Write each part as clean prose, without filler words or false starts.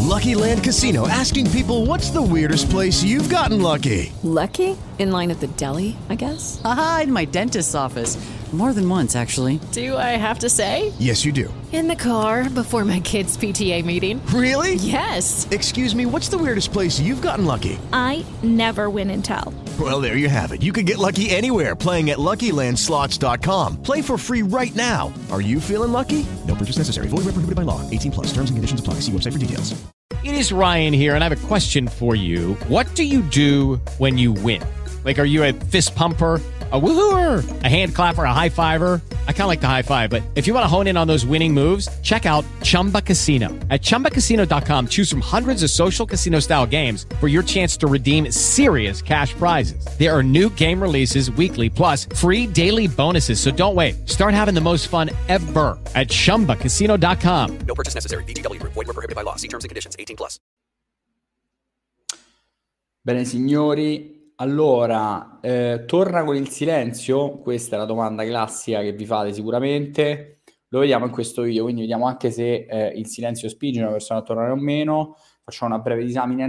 Lucky Land Casino, asking people, what's the weirdest place you've gotten lucky? Lucky? In line at the deli, I guess? Aha, in my dentist's office. More than once, actually. Do I have to say? Yes, you do. In the car before my kids' PTA meeting. Really? Yes. Excuse me, what's the weirdest place you've gotten lucky? I never win and tell. Well, there you have it. You can get lucky anywhere, playing at LuckyLandSlots.com. Play for free right now. Are you feeling lucky? No purchase necessary. Void where prohibited by law. 18 plus. Terms and conditions apply. See website for details. It is Ryan here, and I have a question for you. What do you do when you win? Like, are you a fist pumper, a woohooer, a hand clapper, a high fiver? I kind of like the high five, but if you want to hone in on those winning moves, check out Chumba Casino. At ChumbaCasino.com, choose from hundreds of social casino style games for your chance to redeem serious cash prizes. There are new game releases weekly, plus free daily bonuses. So don't wait. Start having the most fun ever at ChumbaCasino.com. No purchase necessary. VGW Group. Void where prohibited by law. See terms and conditions. 18 plus. Bene signori, allora, torna con il silenzio? Questa è la domanda classica che vi fate sicuramente. Lo vediamo in questo video, quindi vediamo anche se il silenzio spinge una persona a tornare o meno. Facciamo una breve disamina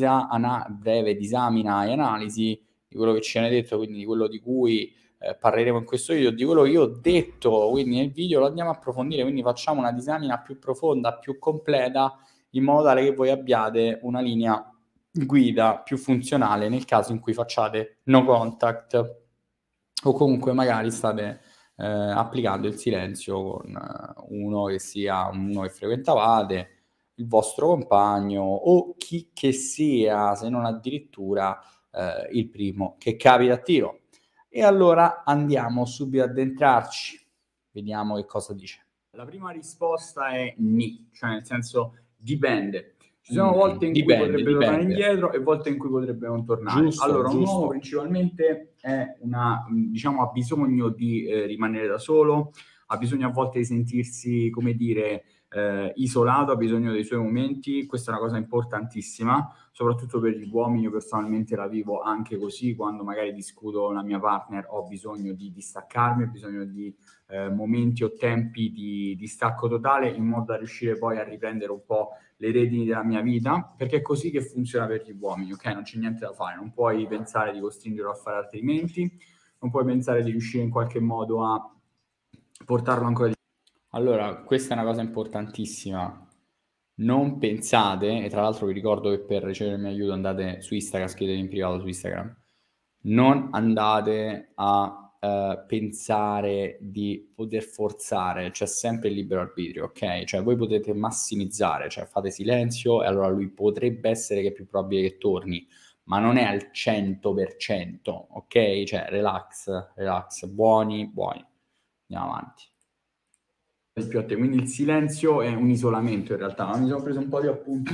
e analisi di quello che ci viene detto, quindi di quello di cui parleremo in questo video, di quello che io ho detto, quindi nel video lo andiamo a approfondire, quindi facciamo una disamina più profonda, più completa, in modo tale che voi abbiate una linea guida più funzionale nel caso in cui facciate no contact o comunque magari state applicando il silenzio con uno che frequentavate, il vostro compagno o chi che sia, se non addirittura il primo che capita a tiro. E allora andiamo subito ad addentrarci, vediamo che cosa dice. La prima risposta è ni, cioè nel senso dipende. Ci sono volte in cui potrebbe tornare indietro e volte in cui potrebbe non tornare. Allora, un uomo principalmente è ha bisogno di rimanere da solo, ha bisogno a volte di sentirsi, come dire, isolato, ha bisogno dei suoi momenti. Questa è una cosa importantissima, soprattutto per gli uomini. Io personalmente la vivo anche così, quando magari discuto con la mia partner ho bisogno di distaccarmi, ho bisogno di momenti o tempi di stacco totale, in modo da riuscire poi a riprendere un po' le redini della mia vita, perché è così che funziona per gli uomini, ok? Non c'è niente da fare, non puoi pensare di costringerlo a fare altrimenti, non puoi pensare di riuscire in qualche modo a portarlo ancora di più. Allora, questa è una cosa importantissima. Non pensate, e tra l'altro vi ricordo che per ricevere il mio aiuto andate su Instagram, scrivete in privato su Instagram, non andate a pensare di poter forzare, c'è sempre il libero arbitrio, ok? Cioè voi potete massimizzare, cioè fate silenzio e allora lui potrebbe essere che è più probabile che torni, ma non è al 100%, ok? Cioè relax, buoni, andiamo avanti. Più a te. Quindi il silenzio è un isolamento in realtà. Mi sono preso un po' di appunti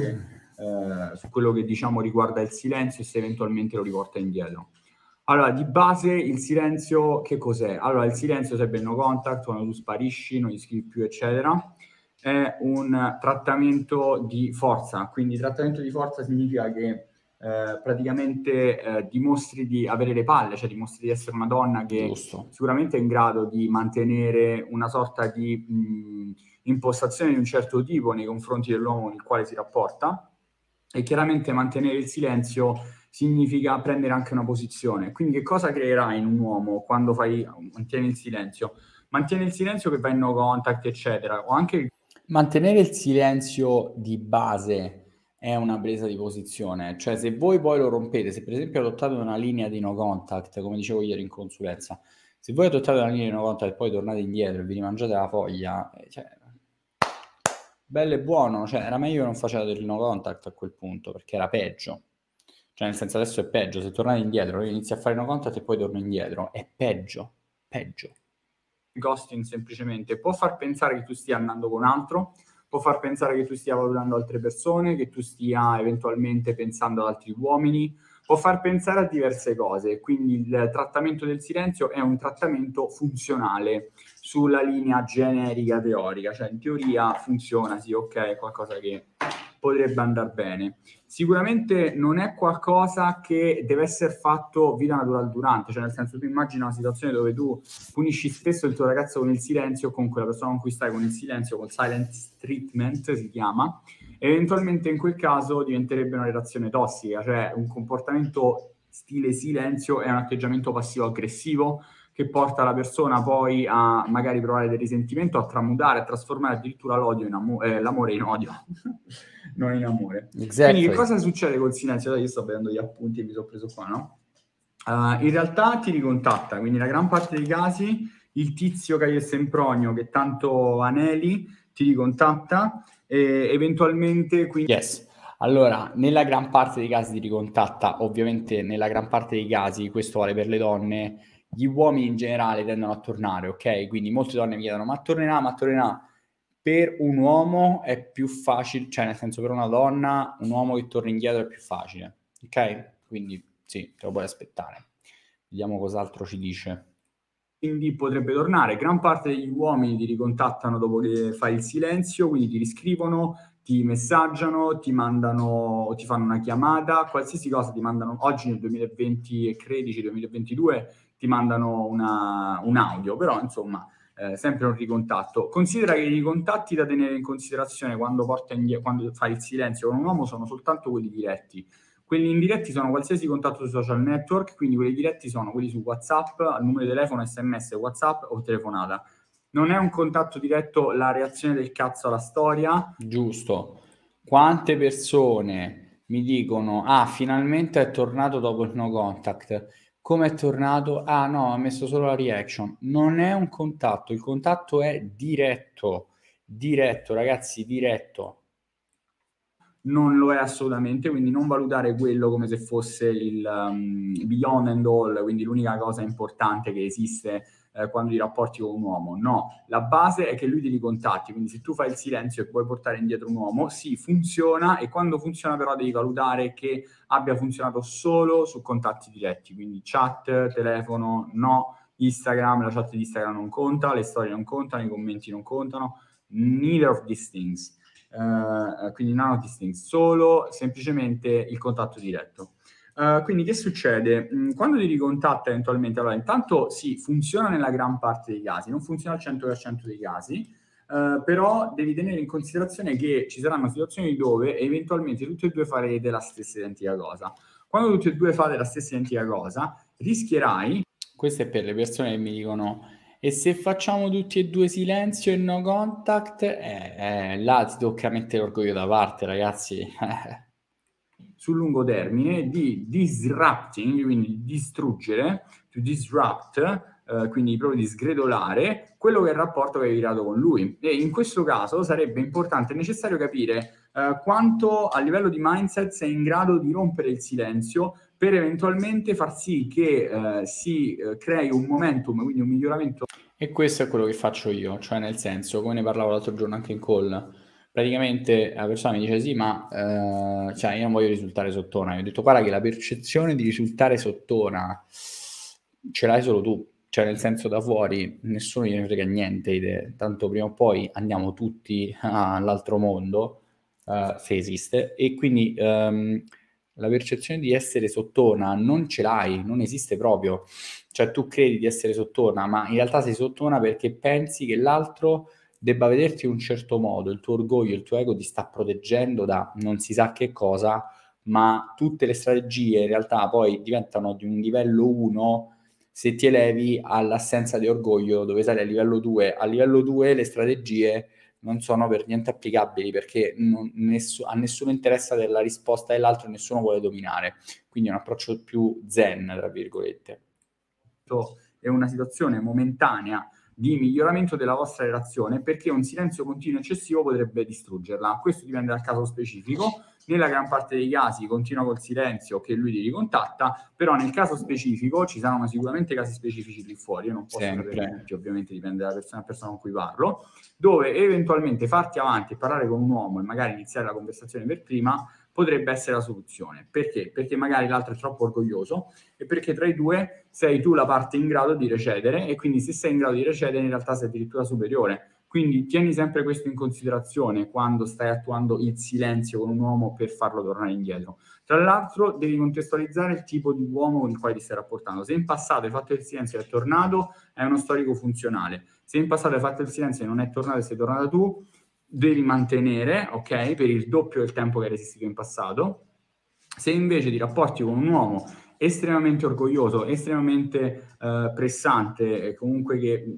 su quello che diciamo riguarda il silenzio e se eventualmente lo riporta indietro. Allora, di base il silenzio che cos'è? Allora, il silenzio sarebbe il no contact, quando tu sparisci, non gli scrivi più, eccetera. È un trattamento di forza. Quindi trattamento di forza significa che praticamente dimostri di avere le palle, cioè dimostri di essere una donna che sicuramente è in grado di mantenere una sorta di impostazione di un certo tipo nei confronti dell'uomo con il quale si rapporta, e chiaramente mantenere il silenzio significa prendere anche una posizione. Quindi che cosa creerai in un uomo quando mantieni il silenzio? Mantieni il silenzio che va in no contact, eccetera, o anche mantenere il silenzio di base è una presa di posizione, cioè se voi poi lo rompete, se per esempio adottate una linea di no contact, come dicevo ieri in consulenza, se voi adottate una linea di no contact e poi tornate indietro e vi rimangiate la foglia, cioè, bello e buono, cioè era meglio che non facevate il no contact a quel punto, perché era peggio, cioè nel senso adesso è peggio, se tornate indietro, io inizio a fare no contact e poi torno indietro, è peggio. Il ghosting semplicemente può far pensare che tu stia andando con altro, può far pensare che tu stia valutando altre persone, che tu stia eventualmente pensando ad altri uomini, può far pensare a diverse cose. Quindi il trattamento del silenzio è un trattamento funzionale sulla linea generica teorica, cioè in teoria funziona, sì, ok, è qualcosa che potrebbe andare bene. Sicuramente non è qualcosa che deve essere fatto vita natural durante, cioè nel senso, tu immagina una situazione dove tu punisci spesso il tuo ragazzo con il silenzio, o con quella persona con cui stai con il silenzio, col silent treatment si chiama, eventualmente in quel caso diventerebbe una relazione tossica, cioè un comportamento stile silenzio è un atteggiamento passivo-aggressivo che porta la persona poi a magari provare del risentimento, a tramutare, a trasformare addirittura l'odio in l'amore in odio, non in amore. Exactly. Quindi che cosa succede col silenzio? Io sto vedendo gli appunti e mi sono preso qua, no? In realtà ti ricontatta, quindi nella gran parte dei casi il tizio che hai il sempronio che tanto aneli ti ricontatta e eventualmente quindi... Yes. Allora, nella gran parte dei casi ti ricontatta, ovviamente nella gran parte dei casi, questo vale per le donne, gli uomini in generale tendono a tornare, ok? Quindi molte donne mi chiedono, ma tornerà? Per un uomo è più facile, cioè nel senso per una donna, un uomo che torna indietro è più facile, ok? Quindi sì, te lo puoi aspettare. Vediamo cos'altro ci dice. Quindi potrebbe tornare. Gran parte degli uomini ti ricontattano dopo che fai il silenzio, quindi ti riscrivono, ti messaggiano, ti mandano, ti fanno una chiamata, qualsiasi cosa ti mandano. Oggi nel 2020-2022 ti mandano un audio, però insomma sempre un ricontatto. Considera che i ricontatti da tenere in considerazione quando fai il silenzio con un uomo sono soltanto quelli diretti. Quelli indiretti sono qualsiasi contatto sui social network, quindi quelli diretti sono quelli su WhatsApp, al numero di telefono, SMS, WhatsApp o telefonata. Non è un contatto diretto la reazione del cazzo alla storia. Giusto. Quante persone mi dicono, finalmente è tornato dopo il no contact. Come è tornato? Ah no, ha messo solo la reaction. Non è un contatto, il contatto è diretto, ragazzi, diretto. Non lo è assolutamente, quindi non valutare quello come se fosse il beyond and all, quindi l'unica cosa importante che esiste quando ti rapporti con un uomo. No, la base è che lui ti ricontatti, quindi se tu fai il silenzio e puoi portare indietro un uomo, sì, funziona, e quando funziona però devi valutare che abbia funzionato solo su contatti diretti, quindi chat, telefono, no, Instagram, la chat di Instagram non conta, le storie non contano, i commenti non contano, neither of these things. Quindi none of these things, solo semplicemente il contatto diretto. Quindi che succede? Quando ti ricontatta eventualmente, allora intanto sì, funziona nella gran parte dei casi, non funziona al 100% dei casi, però devi tenere in considerazione che ci saranno situazioni dove eventualmente tutti e due farete la stessa identica cosa. Quando tutti e due fate la stessa identica cosa, rischierai... Questo è per le persone che mi dicono... E se facciamo tutti e due silenzio e no contact, là ti tocca mettere l'orgoglio da parte, ragazzi. Sul lungo termine di disrupting, quindi di distruggere, to disrupt, quindi proprio di sgretolare quello che è il rapporto che hai creato con lui. E in questo caso sarebbe importante e necessario capire quanto a livello di mindset sei in grado di rompere il silenzio per eventualmente far sì che si crei un momentum, quindi un miglioramento. E questo è quello che faccio io, cioè nel senso, come ne parlavo l'altro giorno anche in call, praticamente la persona mi dice sì, ma cioè io non voglio risultare sottona. Io ho detto guarda che la percezione di risultare sottona ce l'hai solo tu, cioè nel senso da fuori nessuno gliene frega niente, tanto prima o poi andiamo tutti all'altro mondo, se esiste, e quindi la percezione di essere sottona non ce l'hai, non esiste proprio. Cioè tu credi di essere sottona, ma in realtà sei sottona perché pensi che l'altro debba vederti in un certo modo, il tuo orgoglio, il tuo ego ti sta proteggendo da non si sa che cosa, ma tutte le strategie in realtà poi diventano di un livello 1 se ti elevi all'assenza di orgoglio, dove sali a livello 2. A livello 2 le strategie non sono per niente applicabili perché a nessuno interessa della risposta dell'altro, nessuno vuole dominare. Quindi è un approccio più zen, tra virgolette. È una situazione momentanea di miglioramento della vostra relazione, perché un silenzio continuo eccessivo potrebbe distruggerla. Questo dipende dal caso specifico. Nella gran parte dei casi continua col silenzio che lui ti ricontatta, però nel caso specifico ci saranno sicuramente casi specifici lì fuori, io non posso sapere tutti, ovviamente dipende dalla persona con cui parlo, dove eventualmente farti avanti e parlare con un uomo e magari iniziare la conversazione per prima potrebbe essere la soluzione. Perché? Perché magari l'altro è troppo orgoglioso e perché tra i due sei tu la parte in grado di recedere, e quindi se sei in grado di recedere in realtà sei addirittura superiore. Quindi tieni sempre questo in considerazione quando stai attuando il silenzio con un uomo per farlo tornare indietro. Tra l'altro devi contestualizzare il tipo di uomo con il quale ti stai rapportando. Se in passato hai fatto il silenzio e è tornato, è uno storico funzionale. Se in passato hai fatto il silenzio e non è tornato e sei tornato tu, devi mantenere, ok, per il doppio del tempo che hai resistito in passato. Se invece ti rapporti con un uomo estremamente orgoglioso, estremamente pressante, comunque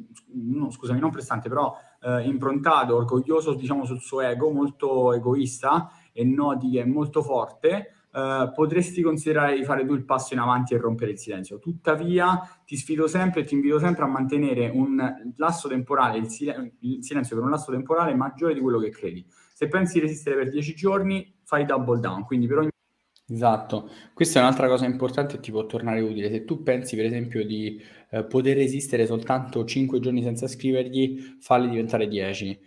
non pressante, però improntato, orgoglioso, diciamo, sul suo ego, molto egoista, e noti che è molto forte, potresti considerare di fare tu il passo in avanti e rompere il silenzio. Tuttavia ti sfido sempre e ti invito sempre a mantenere un lasso temporale, il silenzio per un lasso temporale maggiore di quello che credi. Se pensi di resistere per 10 giorni, fai double down, quindi per ogni... Esatto, questa è un'altra cosa importante e ti può tornare utile. Se tu pensi per esempio di poter resistere soltanto 5 giorni senza scrivergli, falli diventare 10.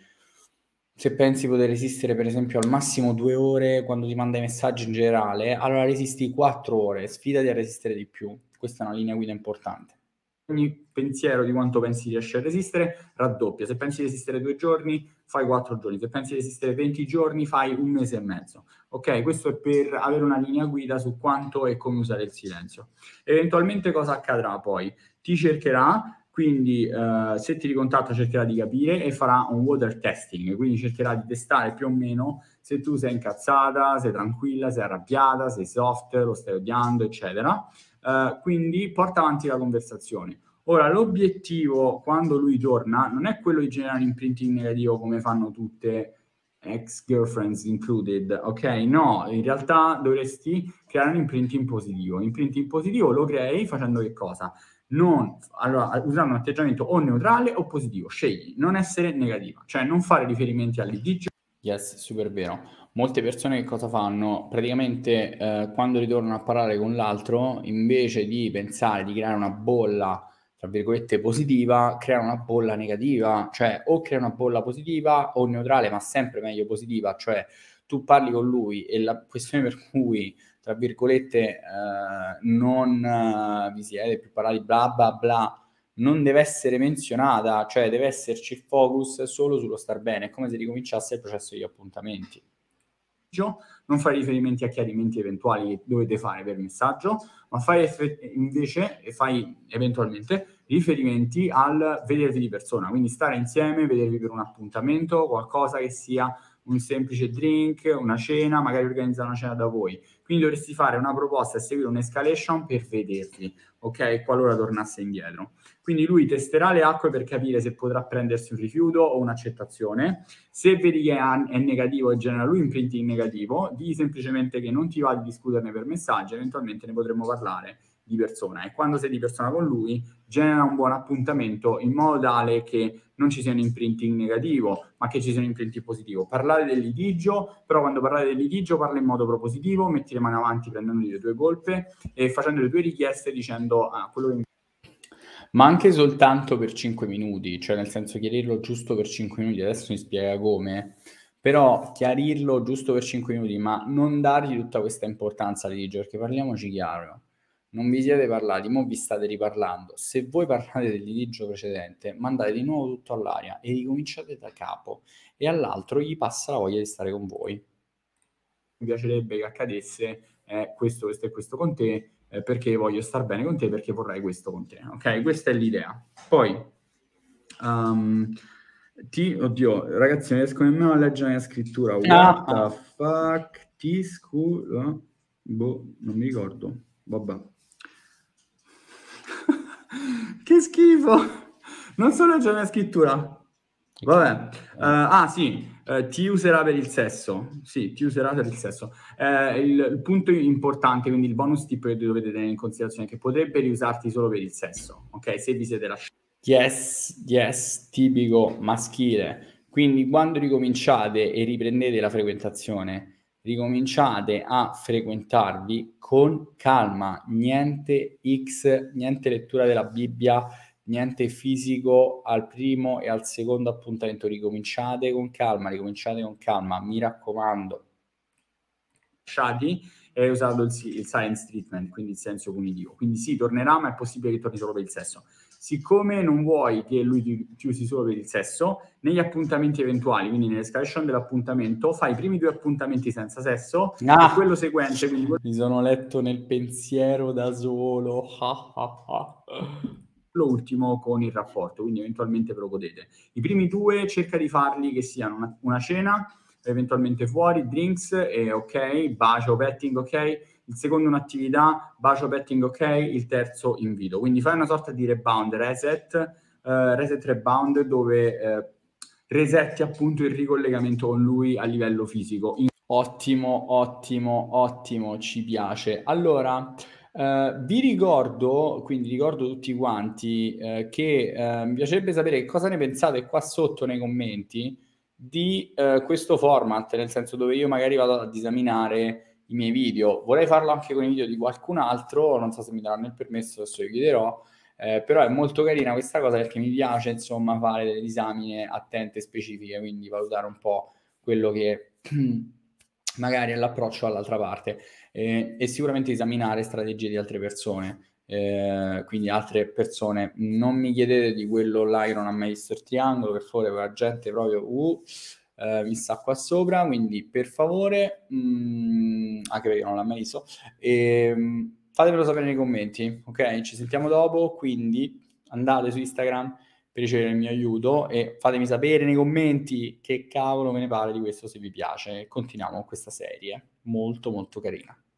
Se pensi di poter resistere per esempio al massimo 2 ore quando ti manda i messaggi in generale, allora resisti 4 ore, sfidati a resistere di più. Questa è una linea guida importante. Ogni pensiero di quanto pensi di riesci a resistere raddoppia. Se pensi di resistere 2 giorni, fai 4 giorni. Se pensi di resistere 20 giorni, fai 1 mese e mezzo. Ok? Questo è per avere una linea guida su quanto e come usare il silenzio. Eventualmente cosa accadrà poi? Ti cercherà, quindi se ti ricontatta cercherà di capire e farà un water testing, quindi cercherà di testare più o meno se tu sei incazzata, sei tranquilla, sei arrabbiata, sei soft, lo stai odiando, eccetera. Quindi porta avanti la conversazione. Ora, l'obiettivo quando lui torna non è quello di generare un imprinting negativo come fanno tutte ex-girlfriends included, ok? No, in realtà dovresti creare un imprinting positivo. Imprinting positivo lo crei facendo che cosa? Usando un atteggiamento o neutrale o positivo. Scegli, non essere negativa, cioè non fare riferimenti al litigio. Yes, super vero. Molte persone che cosa fanno? Praticamente quando ritornano a parlare con l'altro, invece di pensare di creare una bolla, tra virgolette, positiva, creano una bolla negativa, cioè o crea una bolla positiva o neutrale, ma sempre meglio positiva, cioè tu parli con lui e la questione per cui, tra virgolette, non vi siete più parlati bla bla bla, non deve essere menzionata, cioè deve esserci il focus solo sullo star bene, è come se ricominciasse il processo degli appuntamenti. Non fai riferimenti a chiarimenti eventuali che dovete fare per messaggio, ma fai eventualmente riferimenti al vedervi di persona, quindi stare insieme, vedervi per un appuntamento, qualcosa che sia un semplice drink, una cena, magari organizzare una cena da voi. Quindi dovresti fare una proposta e seguire un'escalation per vedervi, ok? Qualora tornasse indietro. Quindi lui testerà le acque per capire se potrà prendersi un rifiuto o un'accettazione. Se vedi che è negativo e genera lui un printing negativo, digli semplicemente che non ti va di discuterne per messaggio, eventualmente ne potremo parlare di persona. E quando sei di persona con lui, genera un buon appuntamento in modo tale che non ci sia un imprinting negativo, ma che ci sia un imprinting positivo. Parlare del litigio, però quando parlare del litigio parla in modo propositivo, metti le mani avanti prendendogli le tue colpe e facendo le tue richieste dicendo quello che... Ma anche soltanto per 5 minuti, cioè nel senso chiarirlo giusto per 5 minuti, adesso mi spiega come, però chiarirlo giusto per 5 minuti, ma non dargli tutta questa importanza al litigio, perché parliamoci chiaro. Non vi siete parlati, mo vi state riparlando. Se voi parlate del litigio precedente, mandate di nuovo tutto all'aria e ricominciate da capo e all'altro gli passa la voglia di stare con voi. Mi piacerebbe che accadesse questo e questo con te, perché voglio star bene con te, perché vorrei questo con te. Ok, questa è l'idea. Poi, oddio, ragazzi, non riesco nemmeno a leggere la scrittura. What the fuck? Boh, non mi ricordo. Vabbè. Che schifo, non so leggere la scrittura. Vabbè, ti userà per il sesso. Sì, ti userà per il sesso. Il punto importante, quindi il bonus tip che dovete tenere in considerazione è che potrebbe riusarti solo per il sesso, ok? Se vi siete lasciati. Yes, tipico maschile. Quindi quando ricominciate e riprendete la frequentazione, ricominciate a frequentarvi con calma, niente lettura della Bibbia, niente fisico al primo e al secondo appuntamento. Ricominciate con calma, mi raccomando. Lasciati e hai usato il silence treatment, quindi il silenzio punitivo. Quindi sì, tornerà, ma è possibile che torni solo per il sesso. Siccome non vuoi che lui ti usi solo per il sesso, negli appuntamenti eventuali, quindi nell'escalation dell'appuntamento, fai i primi 2 appuntamenti senza sesso e quello seguente... Mi sono letto nel pensiero da solo. ultimo con il rapporto, quindi eventualmente ve lo godete. I primi 2 cerca di farli che siano una cena, eventualmente fuori, drinks, ok, bacio, petting, ok, il secondo un'attività, bacio, petting, ok, il terzo invito. Quindi fai una sorta di rebound, reset rebound, dove resetti appunto il ricollegamento con lui a livello fisico. Ottimo, ci piace. Allora, vi ricordo tutti quanti che mi piacerebbe sapere cosa ne pensate qua sotto nei commenti di questo format, nel senso dove io magari vado ad esaminare i miei video. Vorrei farlo anche con i video di qualcun altro, non so se mi daranno il permesso, adesso io chiederò, però è molto carina questa cosa perché mi piace insomma fare delle disamine attente e specifiche, quindi valutare un po' quello che magari è l'approccio all'altra parte, e sicuramente esaminare strategie di altre persone. Quindi altre persone, non mi chiedete di quello là che non ha mai visto il triangolo, per favore, la gente proprio mi sta qua sopra, quindi per favore, anche perché non l'ha mai visto, fatemelo sapere nei commenti, ok? Ci sentiamo dopo, quindi andate su Instagram per ricevere il mio aiuto e fatemi sapere nei commenti che cavolo me ne pare di questo, se vi piace. Continuiamo con questa serie molto molto carina.